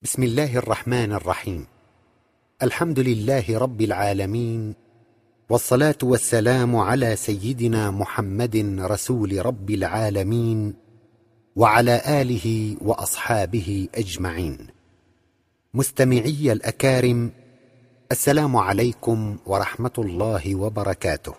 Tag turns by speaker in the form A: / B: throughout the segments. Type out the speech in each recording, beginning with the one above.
A: بسم الله الرحمن الرحيم. الحمد لله رب العالمين، والصلاة والسلام على سيدنا محمد رسول رب العالمين وعلى آله وأصحابه أجمعين. مستمعي الأكارم، السلام عليكم ورحمة الله وبركاته.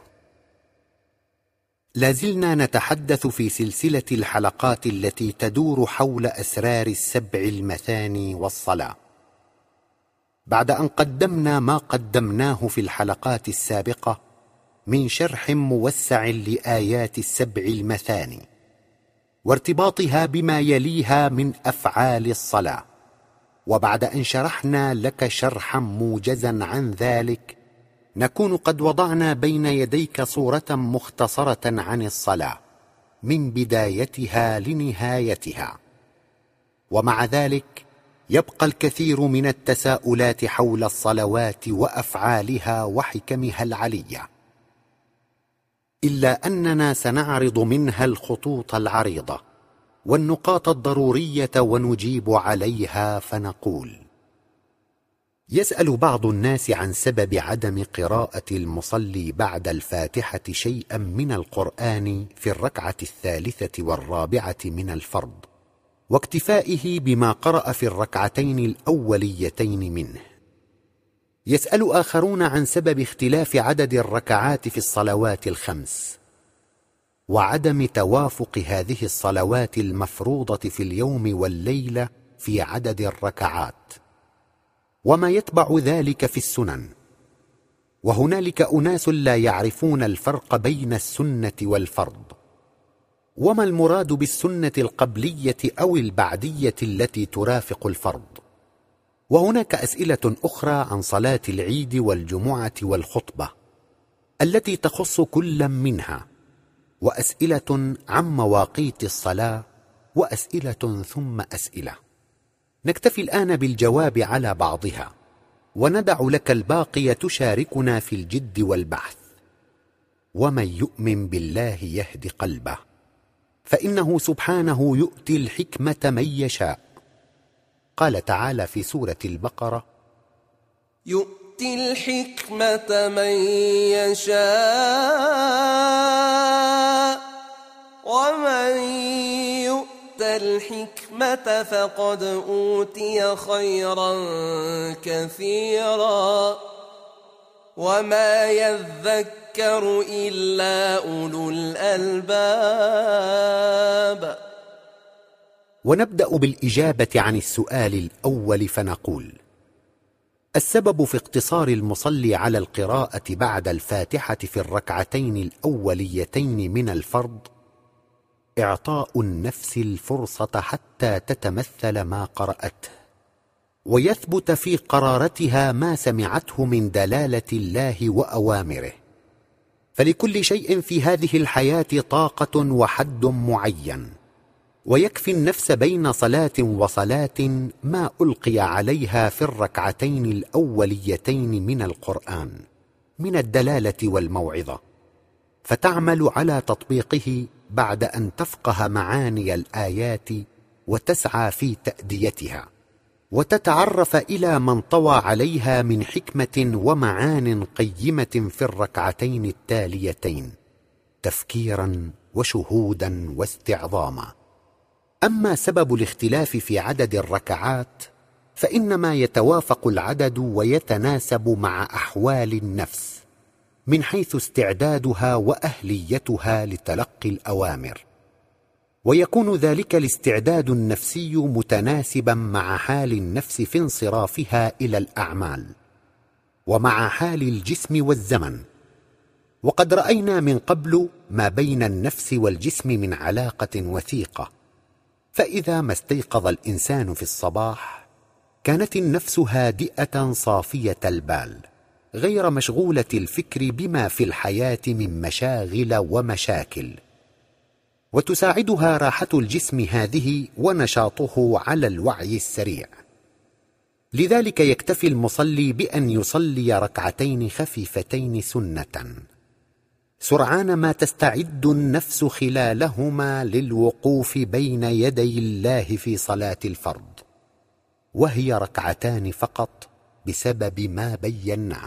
A: لازلنا نتحدث في سلسلة الحلقات التي تدور حول أسرار السبع المثاني والصلاة، بعد أن قدمنا ما قدمناه في الحلقات السابقة من شرح موسع لآيات السبع المثاني وارتباطها بما يليها من أفعال الصلاة، وبعد أن شرحنا لك شرحا موجزا عن ذلك نكون قد وضعنا بين يديك صورة مختصرة عن الصلاة من بدايتها لنهايتها، ومع ذلك يبقى الكثير من التساؤلات حول الصلوات وأفعالها وحكمها العلية، إلا أننا سنعرض منها الخطوط العريضة والنقاط الضرورية ونجيب عليها فنقول: يسأل بعض الناس عن سبب عدم قراءة المصلي بعد الفاتحة شيئا من القرآن في الركعة الثالثة والرابعة من الفرض، واكتفائه بما قرأ في الركعتين الأوليتين منه. يسأل آخرون عن سبب اختلاف عدد الركعات في الصلوات الخمس، وعدم توافق هذه الصلوات المفروضة في اليوم والليلة في عدد الركعات، وما يتبع ذلك في السنن. وهنالك أناس لا يعرفون الفرق بين السنة والفرض، وما المراد بالسنة القبلية أو البعدية التي ترافق الفرض. وهناك أسئلة أخرى عن صلاة العيد والجمعة والخطبة التي تخص كل منها، وأسئلة عن مواقيت الصلاة، وأسئلة ثم أسئلة. نكتفي الآن بالجواب على بعضها، وندع لك الباقي تشاركنا في الجد والبحث. ومن يؤمن بالله يهد قلبه، فإنه سبحانه يؤتي الحكمة من يشاء. قال تعالى في سورة البقرة:
B: يؤتي الحكمة من يشاء ومن يؤت الحكمة فقد أوتي خيرا كثيرا وما يذكر إلا أولو الألباب.
A: ونبدأ بالإجابة عن السؤال الأول فنقول: السبب في اقتصار المصلي على القراءة بعد الفاتحة في الركعتين الأوليتين من الفرض إعطاء النفس الفرصة حتى تتمثل ما قرأته، ويثبت في قرارتها ما سمعته من دلالة الله وأوامره. فلكل شيء في هذه الحياة طاقة وحد معين، ويكفي النفس بين صلاة وصلاة ما ألقي عليها في الركعتين الأوليتين من القرآن من الدلالة والموعظة، فتعمل على تطبيقه بعد أن تفقه معاني الآيات وتسعى في تأديتها، وتتعرف إلى من طوى عليها من حكمة ومعان قيمة في الركعتين التاليتين تفكيرا وشهودا واستعظاما. أما سبب الاختلاف في عدد الركعات فإنما يتوافق العدد ويتناسب مع أحوال النفس من حيث استعدادها وأهليتها لتلقي الأوامر، ويكون ذلك الاستعداد النفسي متناسبا مع حال النفس في انصرافها إلى الأعمال، ومع حال الجسم والزمن. وقد رأينا من قبل ما بين النفس والجسم من علاقة وثيقة، فإذا ما استيقظ الإنسان في الصباح كانت النفس هادئة صافية البال، غير مشغولة الفكر بما في الحياة من مشاغل ومشاكل، وتساعدها راحة الجسم هذه ونشاطه على الوعي السريع. لذلك يكتفي المصلي بأن يصلي ركعتين خفيفتين سنة سرعان ما تستعد النفس خلالهما للوقوف بين يدي الله في صلاة الفرض، وهي ركعتان فقط بسبب ما بيناه.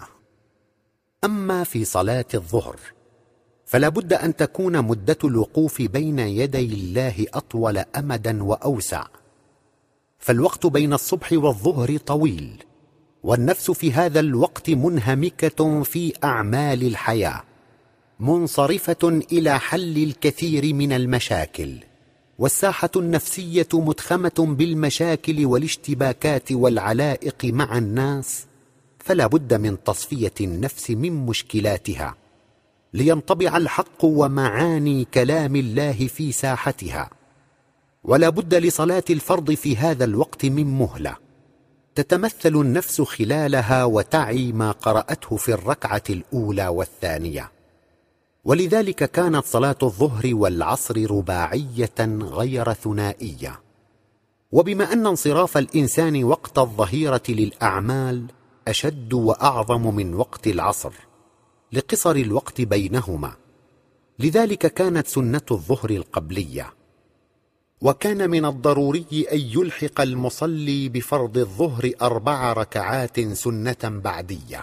A: أما في صلاة الظهر فلا بد أن تكون مدة الوقوف بين يدي الله أطول أمدا وأوسع، فالوقت بين الصبح والظهر طويل، والنفس في هذا الوقت منهمكة في أعمال الحياة، منصرفة إلى حل الكثير من المشاكل، والساحة النفسية متخمة بالمشاكل والاشتباكات والعلائق مع الناس، فلا بد من تصفية النفس من مشكلاتها لينطبع الحق ومعاني كلام الله في ساحتها. ولا بد لصلاة الفرض في هذا الوقت من مهلة تتمثل النفس خلالها وتعي ما قرأته في الركعة الأولى والثانية. ولذلك كانت صلاة الظهر والعصر رباعية غير ثنائية. وبما أن انصراف الإنسان وقت الظهيرة للأعمال أشد وأعظم من وقت العصر لقصر الوقت بينهما، لذلك كانت سنة الظهر القبلية. وكان من الضروري أن يلحق المصلي بفرض الظهر 4 ركعات سنة بعدية،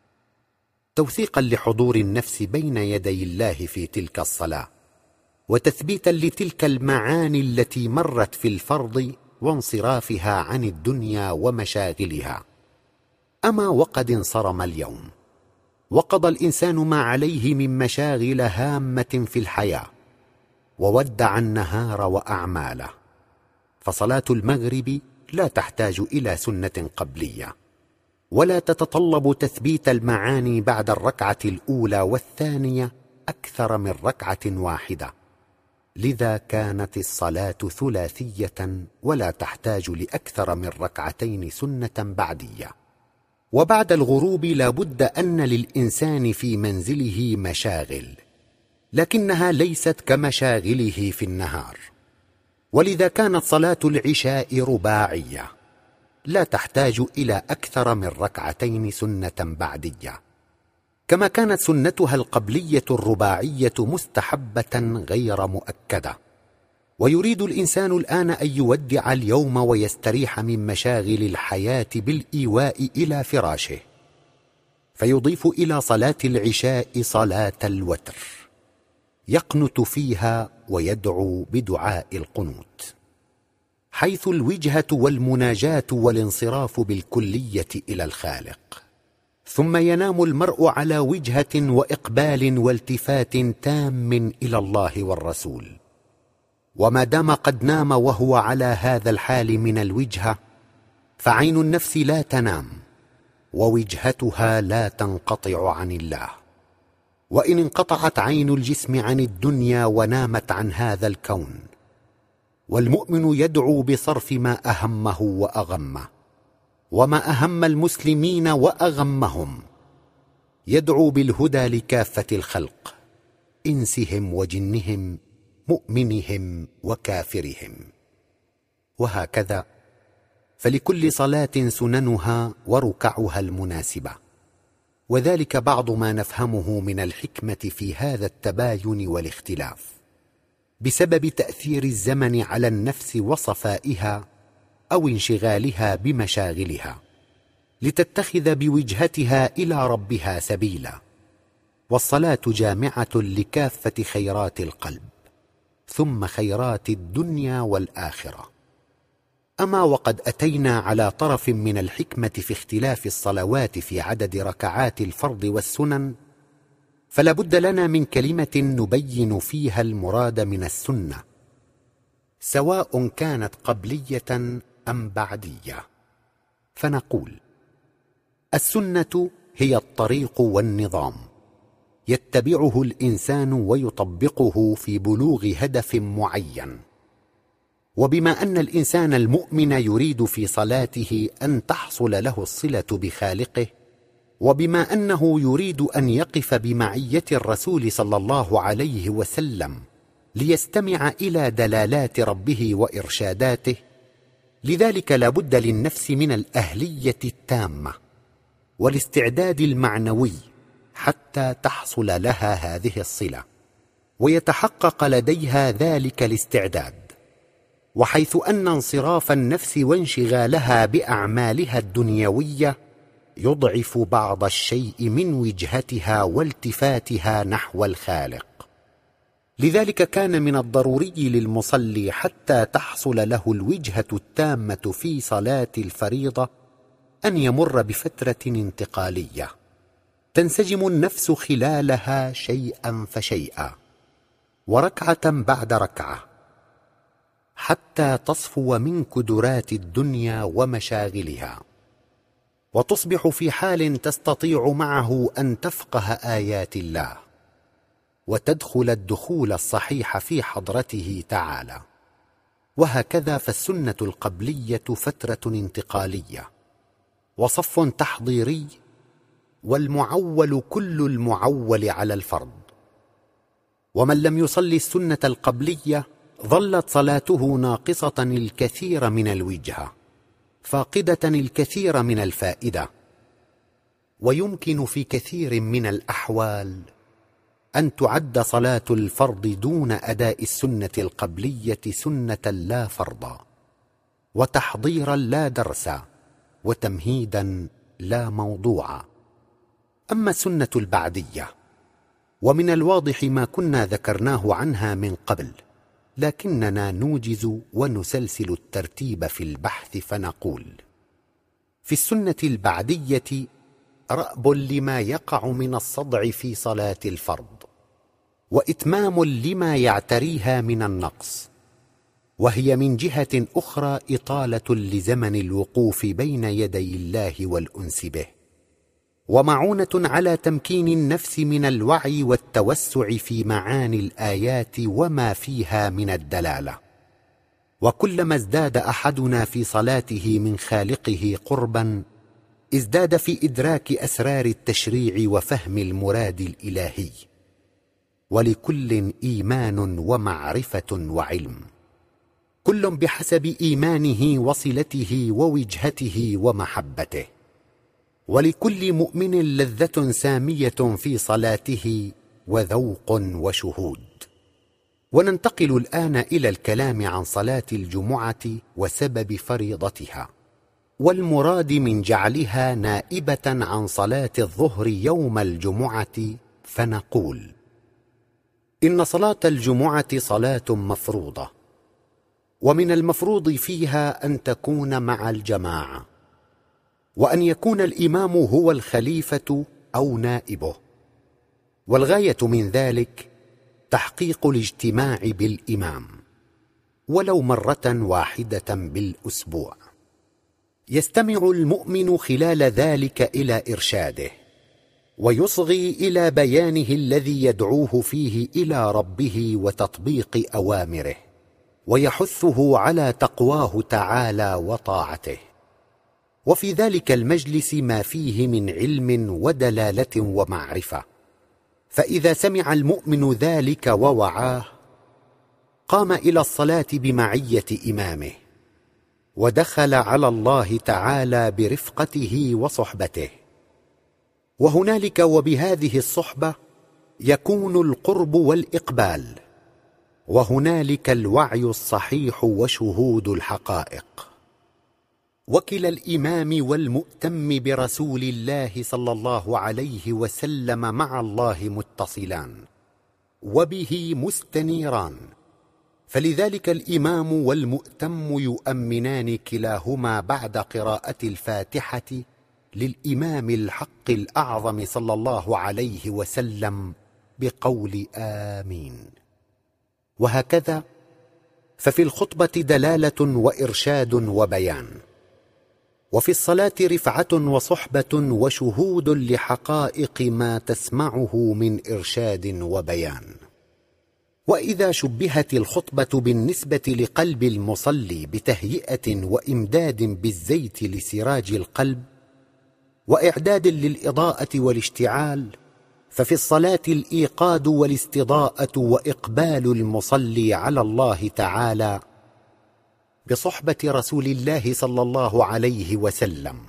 A: توثيقا لحضور النفس بين يدي الله في تلك الصلاة، وتثبيتا لتلك المعاني التي مرت في الفرض وانصرافها عن الدنيا ومشاغلها. أما وقد انصرم اليوم وقضى الإنسان ما عليه من مشاغل هامة في الحياة، وودع النهار وأعماله، فصلاة المغرب لا تحتاج إلى سنة قبلية، ولا تتطلب تثبيت المعاني بعد الركعة الأولى والثانية أكثر من ركعة واحدة، لذا كانت الصلاة ثلاثية ولا تحتاج لأكثر من ركعتين سنة بعدية. وبعد الغروب لا بد أن للإنسان في منزله مشاغل، لكنها ليست كمشاغله في النهار، ولذا كانت صلاة العشاء رباعية لا تحتاج إلى أكثر من ركعتين سنة بعدية، كما كانت سنتها القبلية الرباعية مستحبة غير مؤكدة. ويريد الإنسان الآن أن يودع اليوم ويستريح من مشاغل الحياة بالإيواء إلى فراشه، فيضيف إلى صلاة العشاء صلاة الوتر يقنت فيها ويدعو بدعاء القنوت، حيث الوجهة والمناجاة والانصراف بالكلية إلى الخالق، ثم ينام المرء على وجهة وإقبال والتفات تام إلى الله والرسول. وما دام قد نام وهو على هذا الحال من الوجهة، فعين النفس لا تنام ووجهتها لا تنقطع عن الله. وإن انقطعت عين الجسم عن الدنيا ونامت عن هذا الكون، والمؤمن يدعو بصرف ما أهمه وأغمه، وما أهم المسلمين وأغمهم، يدعو بالهدى لكافة الخلق، إنسهم وجنهم، مؤمنهم وكافرهم. وهكذا فلكل صلاة سننها وركعها المناسبة، وذلك بعض ما نفهمه من الحكمة في هذا التباين والاختلاف، بسبب تأثير الزمن على النفس وصفائها أو انشغالها بمشاغلها، لتتخذ بوجهتها إلى ربها سبيلا. والصلاة جامعة لكافة خيرات القلب، ثم خيرات الدنيا والآخرة. أما وقد أتينا على طرف من الحكمة في اختلاف الصلوات في عدد ركعات الفرض والسنن، فلا بد لنا من كلمة نبين فيها المراد من السنة، سواء كانت قبلية أم بعدية. فنقول: السنة هي الطريق والنظام يتبعه الإنسان ويطبقه في بلوغ هدف معين. وبما أن الإنسان المؤمن يريد في صلاته أن تحصل له الصلة بخالقه، وبما أنه يريد أن يقف بمعية الرسول صلى الله عليه وسلم ليستمع إلى دلالات ربه وإرشاداته، لذلك لا بد للنفس من الأهلية التامة والاستعداد المعنوي حتى تحصل لها هذه الصلة، ويتحقق لديها ذلك الاستعداد. وحيث أن انصراف النفس وانشغالها بأعمالها الدنيوية يضعف بعض الشيء من وجهتها والتفاتها نحو الخالق. لذلك كان من الضروري للمصلي حتى تحصل له الوجهة التامة في صلاة الفريضة أن يمر بفترة انتقالية تنسجم النفس خلالها شيئا فشيئا وركعة بعد ركعة حتى تصفو من كدرات الدنيا ومشاغلها، وتصبح في حال تستطيع معه أن تفقه آيات الله وتدخل الدخول الصحيح في حضرته تعالى. وهكذا فالسنة القبلية فترة انتقالية وصف تحضيري، والمعول كل المعول على الفرض. ومن لم يصلي السنة القبلية ظلت صلاته ناقصة الكثير من الوجهة، فاقدة الكثير من الفائدة. ويمكن في كثير من الأحوال أن تعد صلاة الفرض دون أداء السنة القبلية سنة لا فرضا، وتحضيرا لا درسا، وتمهيدا لا موضوعا. أما السنة البعدية ومن الواضح ما كنا ذكرناه عنها من قبل، لكننا نوجز ونسلسل الترتيب في البحث فنقول: في السنة البعدية رأب لما يقع من الصدع في صلاة الفرض، وإتمام لما يعتريها من النقص، وهي من جهة أخرى إطالة لزمن الوقوف بين يدي الله والأنس به، ومعونة على تمكين النفس من الوعي والتوسع في معاني الآيات وما فيها من الدلالة. وكلما ازداد أحدنا في صلاته من خالقه قربا ازداد في إدراك أسرار التشريع وفهم المراد الإلهي، ولكل إيمان ومعرفة وعلم، كل بحسب إيمانه وصلته ووجهته ومحبته، ولكل مؤمن لذة سامية في صلاته وذوق وشهود. وننتقل الآن إلى الكلام عن صلاة الجمعة وسبب فريضتها، والمراد من جعلها نائبة عن صلاة الظهر يوم الجمعة، فنقول: إن صلاة الجمعة صلاة مفروضة، ومن المفروض فيها أن تكون مع الجماعة، وأن يكون الإمام هو الخليفة أو نائبه، والغاية من ذلك تحقيق الاجتماع بالإمام ولو مرة واحدة بالأسبوع. يستمع المؤمن خلال ذلك إلى إرشاده، ويصغي إلى بيانه الذي يدعوه فيه إلى ربه وتطبيق أوامره، ويحثه على تقواه تعالى وطاعته. وفي ذلك المجلس ما فيه من علم ودلالة ومعرفة، فإذا سمع المؤمن ذلك ووعاه قام إلى الصلاة بمعية إمامه، ودخل على الله تعالى برفقته وصحبته. وهنالك وبهذه الصحبة يكون القرب والإقبال، وهنالك الوعي الصحيح وشهود الحقائق. وكلا الإمام والمؤتم برسول الله صلى الله عليه وسلم مع الله متصلان وبه مستنيران، فلذلك الإمام والمؤتم يؤمنان كلاهما بعد قراءة الفاتحة للإمام الحق الأعظم صلى الله عليه وسلم بقول آمين. وهكذا ففي الخطبة دلالة وإرشاد وبيان، وفي الصلاة رفعة وصحبة وشهود لحقائق ما تسمعه من إرشاد وبيان. وإذا شبهت الخطبة بالنسبة لقلب المصلي بتهيئة وإمداد بالزيت لسراج القلب وإعداد للإضاءة والاشتعال، ففي الصلاة الإيقاد والاستضاءة وإقبال المصلي على الله تعالى بصحبة رسول الله صلى الله عليه وسلم،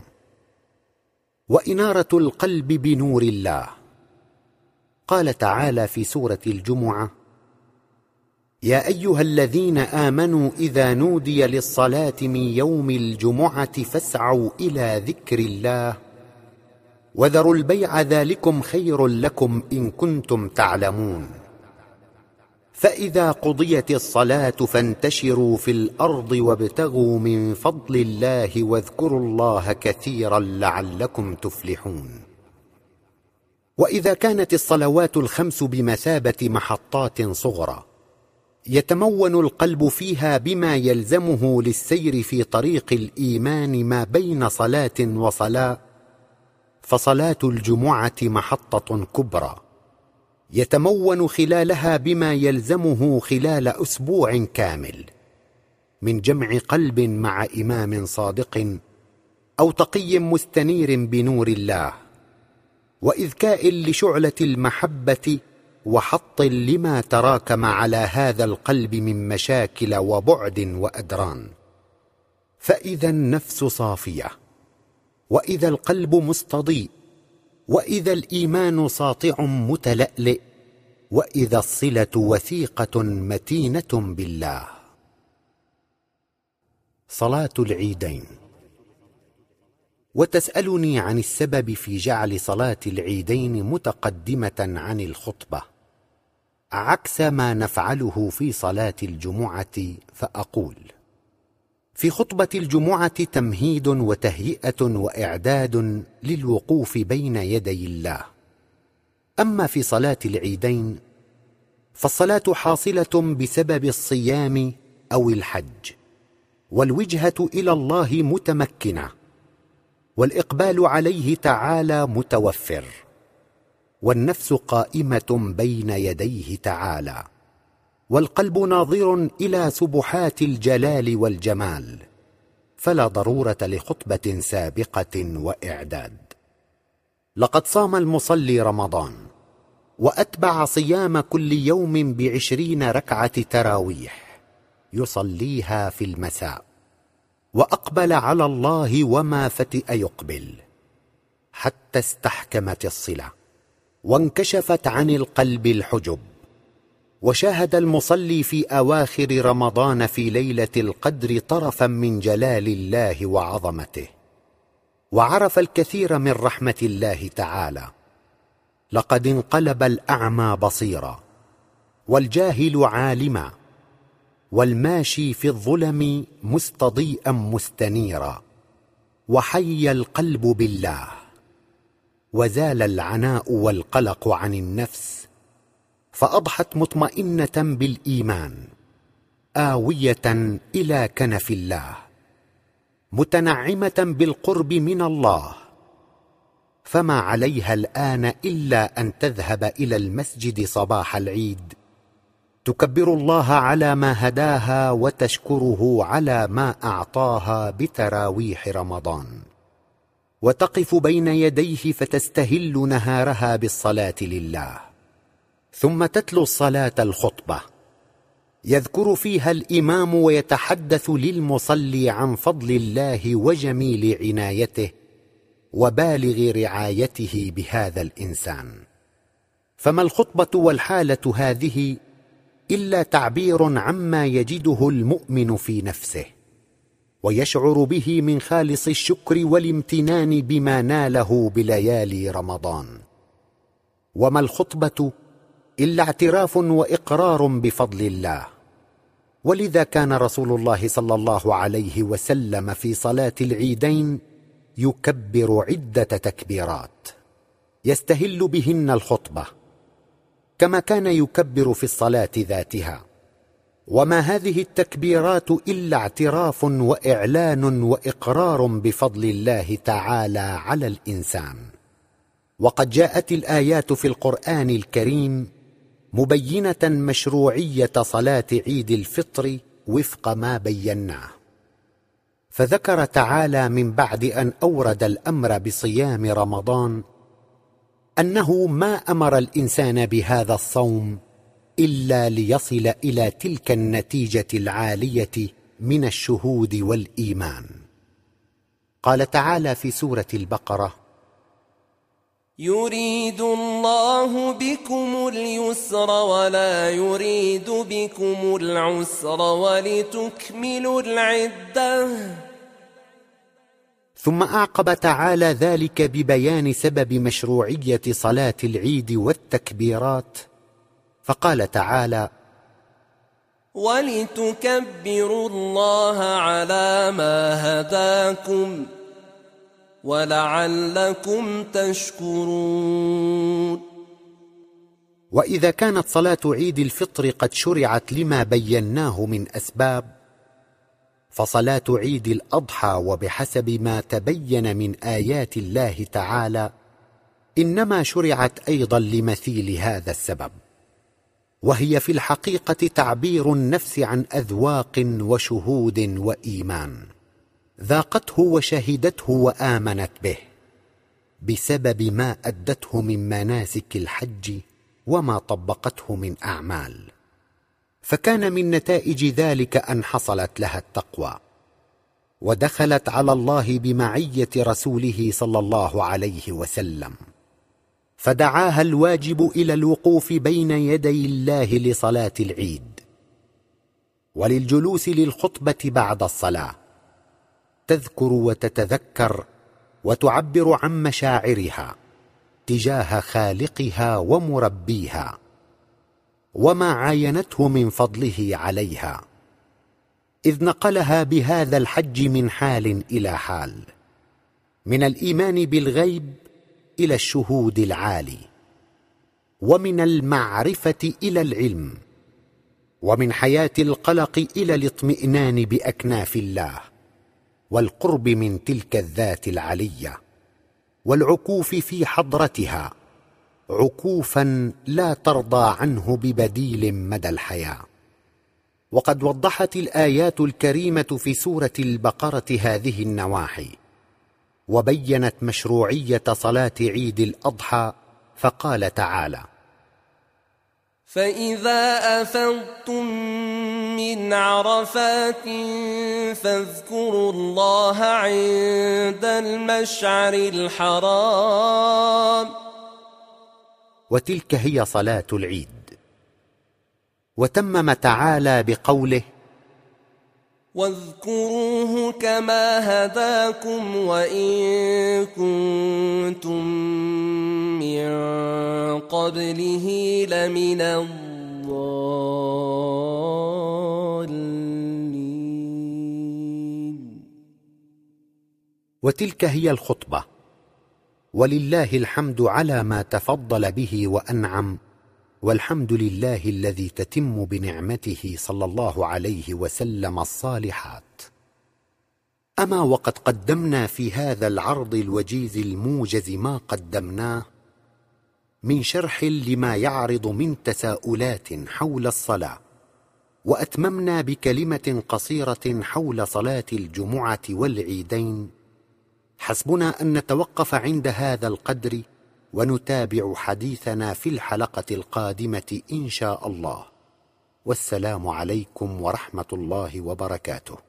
A: وإنارة القلب بنور الله. قال تعالى في سورة الجمعة: يا أيها الذين آمنوا إذا نودي للصلاة من يوم الجمعة فاسعوا إلى ذكر الله وذروا البيع ذلكم خير لكم إن كنتم تعلمون. فإذا قضيت الصلاة فانتشروا في الأرض وابتغوا من فضل الله واذكروا الله كثيرا لعلكم تفلحون. وإذا كانت الصلوات الخمس بمثابة محطات صغرى يتمون القلب فيها بما يلزمه للسير في طريق الإيمان ما بين صلاة وصلاة، فصلاة الجمعة محطة كبرى يتمون خلالها بما يلزمه خلال أسبوع كامل من جمع قلب مع إمام صادق أو تقي مستنير بنور الله، وإذكاء لشعلة المحبة وحط لما تراكم على هذا القلب من مشاكل وبعد وأدران. فإذا النفس صافية، وإذا القلب مستضيء، وإذا الإيمان ساطع متلألئ، وإذا الصلة وثيقة متينة بالله. صلاة العيدين. وتسألني عن السبب في جعل صلاة العيدين متقدمة عن الخطبة عكس ما نفعله في صلاة الجمعة، فأقول: في خطبة الجمعة تمهيد وتهيئة وإعداد للوقوف بين يدي الله، أما في صلاة العيدين فالصلاة حاصلة بسبب الصيام أو الحج، والوجهة إلى الله متمكنة، والإقبال عليه تعالى متوفر، والنفس قائمة بين يديه تعالى، والقلب ناظر إلى سبحات الجلال والجمال، فلا ضرورة لخطبة سابقة وإعداد. لقد صام المصلي رمضان وأتبع صيام كل يوم ب20 ركعة تراويح يصليها في المساء، وأقبل على الله وما فتئ يقبل، حتى استحكمت الصلة وانكشفت عن القلب الحجب. وشاهد المصلي في أواخر رمضان في ليلة القدر طرفا من جلال الله وعظمته، وعرف الكثير من رحمة الله تعالى. لقد انقلب الأعمى بصيرا، والجاهل عالما، والماشي في الظلم مستضيئا مستنيرا، وحي القلب بالله، وزال العناء والقلق عن النفس، فأضحت مطمئنة بالإيمان آوية إلى كنف الله، متنعمة بالقرب من الله، فما عليها الآن إلا أن تذهب إلى المسجد صباح العيد تكبر الله على ما هداها وتشكره على ما أعطاها بتراويح رمضان، وتقف بين يديه فتستهل نهارها بالصلاة لله، ثم تتلو الصلاة الخطبة يذكر فيها الإمام ويتحدث للمصلي عن فضل الله وجميل عنايته وبالغ رعايته بهذا الإنسان. فما الخطبة والحالة هذه إلا تعبير عما يجده المؤمن في نفسه ويشعر به من خالص الشكر والامتنان بما ناله بليالي رمضان. وما الخطبة إلا اعتراف وإقرار بفضل الله. ولذا كان رسول الله صلى الله عليه وسلم في صلاة العيدين يكبر عدة تكبيرات يستهل بهن الخطبة، كما كان يكبر في الصلاة ذاتها. وما هذه التكبيرات إلا اعتراف وإعلان وإقرار بفضل الله تعالى على الإنسان. وقد جاءت الآيات في القرآن الكريم مبينة مشروعية صلاة عيد الفطر وفق ما بيناه، فذكر تعالى من بعد أن أورد الأمر بصيام رمضان أنه ما أمر الإنسان بهذا الصوم إلا ليصل إلى تلك النتيجة العالية من الشهود والإيمان. قال تعالى في سورة البقرة:
B: يريد الله بكم اليسر ولا يريد بكم العسر ولتكملوا العدة.
A: ثم أعقب تعالى ذلك ببيان سبب مشروعية صلاة العيد والتكبيرات، فقال تعالى:
B: ولتكبروا الله على ما هداكم ولعلكم تشكرون.
A: وإذا كانت صلاة عيد الفطر قد شرعت لما بيناه من أسباب، فصلاة عيد الأضحى وبحسب ما تبين من آيات الله تعالى إنما شرعت أيضا لمثيل هذا السبب، وهي في الحقيقة تعبير النفس عن أذواق وشهود وإيمان ذاقته وشهدته وآمنت به بسبب ما أدته من مناسك الحج وما طبقته من أعمال، فكان من نتائج ذلك أن حصلت لها التقوى، ودخلت على الله بمعية رسوله صلى الله عليه وسلم، فدعاها الواجب إلى الوقوف بين يدي الله لصلاة العيد وللجلوس للخطبة بعد الصلاة، تذكر وتتذكر وتعبر عن مشاعرها تجاه خالقها ومربيها وما عاينته من فضله عليها، إذ نقلها بهذا الحج من حال إلى حال، من الإيمان بالغيب إلى الشهود العالي، ومن المعرفة إلى العلم، ومن حياة القلق إلى الاطمئنان بأكناف الله والقرب من تلك الذات العلية، والعكوف في حضرتها عكوفا لا ترضى عنه ببديل مدى الحياة. وقد وضحت الآيات الكريمة في سورة البقرة هذه النواحي، وبينت مشروعية صلاة عيد الأضحى، فقال تعالى:
B: فإذا أفضتم من عرفات فاذكروا الله عند المشعر الحرام.
A: وتلك هي صلاة العيد. وتمم تعالى بقوله:
B: واذكروه كما هداكم وإن كنتم من قبله لمن الضالين.
A: وتلك هي الخطبة، ولله الحمد على ما تفضل به وأنعم، والحمد لله الذي تتم بنعمته صلى الله عليه وسلم الصالحات. أما وقد قدمنا في هذا العرض الوجيز الموجز ما قدمناه من شرح لما يعرض من تساؤلات حول الصلاة، وأتممنا بكلمة قصيرة حول صلاة الجمعة والعيدين. حسبنا أن نتوقف عند هذا القدر ونتابع حديثنا في الحلقة القادمة إن شاء الله. والسلام عليكم ورحمة الله وبركاته.